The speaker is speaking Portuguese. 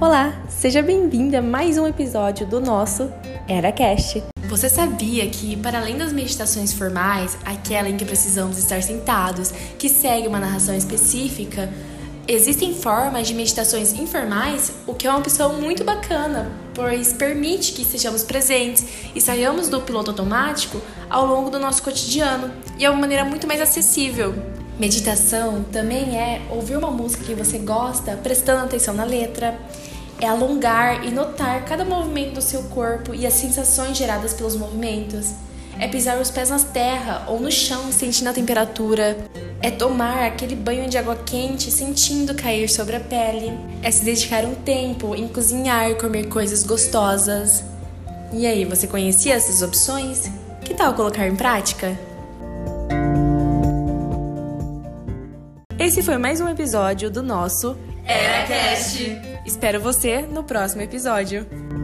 Olá, seja bem-vinda a mais um episódio do nosso EraCast. Você sabia que, para além das meditações formais, aquela em que precisamos estar sentados, que segue uma narração específica, existem formas de meditações informais, o que é uma opção muito bacana, pois permite que estejamos presentes e saiamos do piloto automático ao longo do nosso cotidiano, e é uma maneira muito mais acessível. Meditação também é ouvir uma música que você gosta, prestando atenção na letra, é alongar e notar cada movimento do seu corpo e as sensações geradas pelos movimentos. É pisar os pés na terra ou no chão, sentindo a temperatura. É tomar aquele banho de água quente, sentindo cair sobre a pele. É se dedicar um tempo em cozinhar e comer coisas gostosas. E aí, você conhecia essas opções? Que tal colocar em prática? Esse foi mais um episódio do nosso EraCast. Espero você no próximo episódio.